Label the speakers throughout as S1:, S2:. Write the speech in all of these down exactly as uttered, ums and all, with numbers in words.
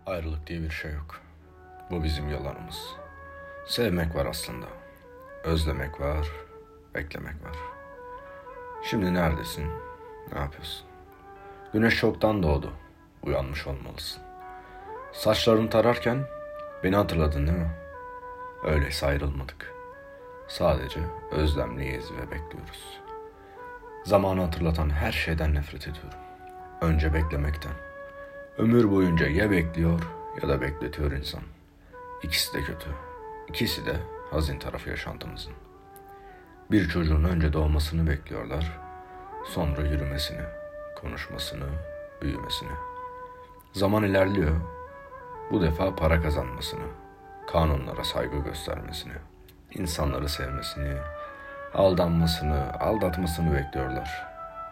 S1: Ayrılık diye bir şey yok. Bu bizim yalanımız. Sevmek var aslında. Özlemek var, beklemek var. Şimdi neredesin? Ne yapıyorsun? Güneş çoktan doğdu. Uyanmış olmalısın. Saçlarını tararken beni hatırladın değil mi? Öyleyse ayrılmadık. Sadece özlemliyiz ve bekliyoruz. Zamanı hatırlatan her şeyden nefret ediyorum. Önce beklemekten. Ömür boyunca ya bekliyor ya da bekletiyor insan. İkisi de kötü. İkisi de hazin tarafı yaşantımızın. Bir çocuğun önce doğmasını bekliyorlar, sonra yürümesini, konuşmasını, büyümesini. Zaman ilerliyor, bu defa para kazanmasını, kanunlara saygı göstermesini, insanları sevmesini, aldanmasını, aldatmasını bekliyorlar.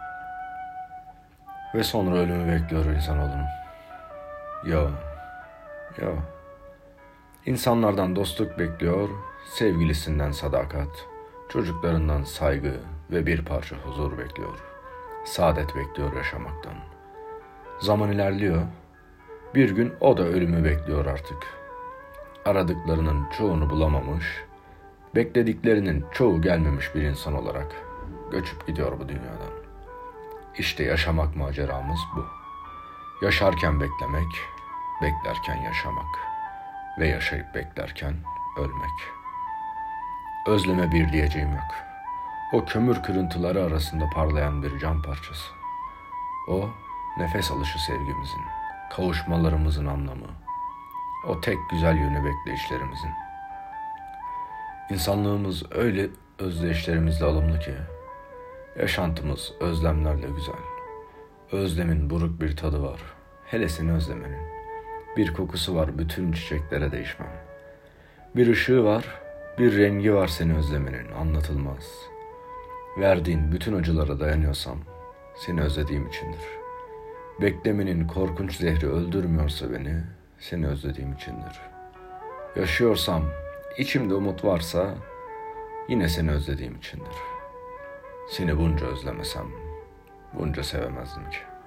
S1: Ve sonra ölümü bekliyor insanoğlunun. Yo, yo. İnsanlardan dostluk bekliyor, sevgilisinden sadakat, çocuklarından saygı ve bir parça huzur bekliyor. Saadet bekliyor yaşamaktan. Zaman ilerliyor, bir gün o da ölümü bekliyor artık. Aradıklarının çoğunu bulamamış, beklediklerinin çoğu gelmemiş bir insan olarak göçüp gidiyor bu dünyadan. İşte yaşamak maceramız bu. Yaşarken beklemek, beklerken yaşamak ve yaşayıp beklerken ölmek. Özleme bir diyeceğim yok. O kömür kırıntıları arasında parlayan bir cam parçası. O nefes alışı sevgimizin, kavuşmalarımızın anlamı. O tek güzel yönü bekleyişlerimizin. İnsanlığımız öyle özdeşlerimizle alımlı ki, yaşantımız özlemlerle güzel. Özlemin buruk bir tadı var. Hele seni özlemenin. Bir kokusu var bütün çiçeklere değişmem. Bir ışığı var, bir rengi var seni özlemenin, anlatılmaz. Verdiğin bütün acılara dayanıyorsam, seni özlediğim içindir. Beklemenin korkunç zehri öldürmüyorsa beni, seni özlediğim içindir. Yaşıyorsam, içimde umut varsa, yine seni özlediğim içindir. Seni bunca özlemesem, bunca sevemezdim ki.